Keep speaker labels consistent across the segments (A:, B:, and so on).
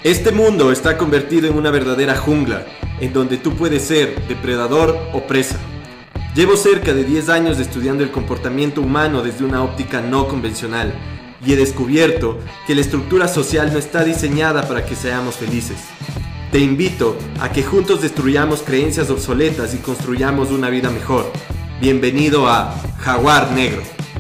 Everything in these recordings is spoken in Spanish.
A: Este mundo está convertido en una verdadera jungla, en donde tú puedes ser depredador o presa. Llevo cerca de 10 años estudiando el comportamiento humano desde una óptica no convencional y he descubierto que la estructura social no está diseñada para que seamos felices. Te invito a que juntos destruyamos creencias obsoletas y construyamos una vida mejor. Bienvenido a Jaguar Negro.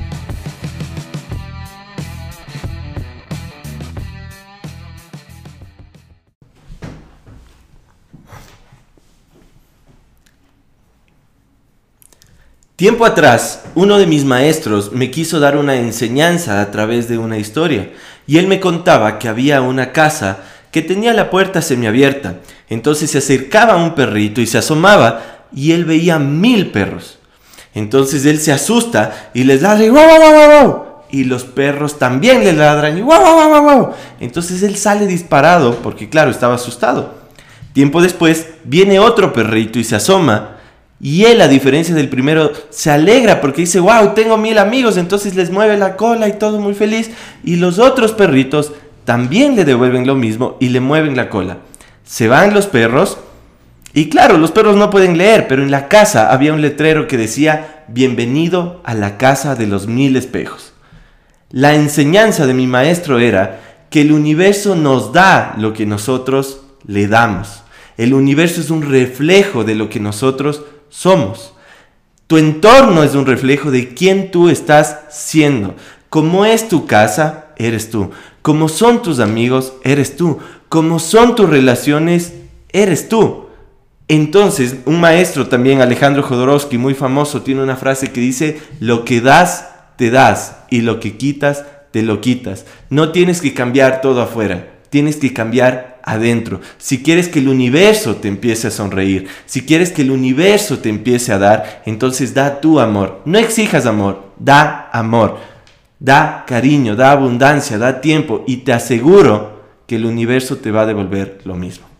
A: Tiempo atrás, uno de mis maestros me quiso dar una enseñanza a través de una historia, y él me contaba que había una casa que tenía la puerta semiabierta. Entonces se acercaba un perrito y se asomaba, y él veía 1000 perros. Entonces él se asusta y les ladra y ¡guau, guau, guau, guau! Y los perros también le ladran y ¡guau, guau, guau, guau! Entonces él sale disparado porque claro, estaba asustado. Tiempo después viene otro perrito y se asoma. Y él, a diferencia del primero, se alegra porque dice, wow, tengo 1000 amigos, entonces les mueve la cola y todo muy feliz. Y los otros perritos también le devuelven lo mismo y le mueven la cola. Se van los perros y claro, los perros no pueden leer, pero en la casa había un letrero que decía, bienvenido a la casa de los 1000 espejos. La enseñanza de mi maestro era que el universo nos da lo que nosotros le damos. El universo es un reflejo de lo que nosotros somos. Tu entorno es un reflejo de quién tú estás siendo. Cómo es tu casa, eres tú. Cómo son tus amigos, eres tú. Cómo son tus relaciones, eres tú. Entonces, un maestro también, Alejandro Jodorowsky, muy famoso, tiene una frase que dice, lo que das, te das, y lo que quitas, te lo quitas. No tienes que cambiar todo afuera, tienes que cambiar adentro. Si quieres que el universo te empiece a sonreír, si quieres que el universo te empiece a dar, entonces da tu amor. No exijas amor, da amor. Da cariño, da abundancia, da tiempo y te aseguro que el universo te va a devolver lo mismo.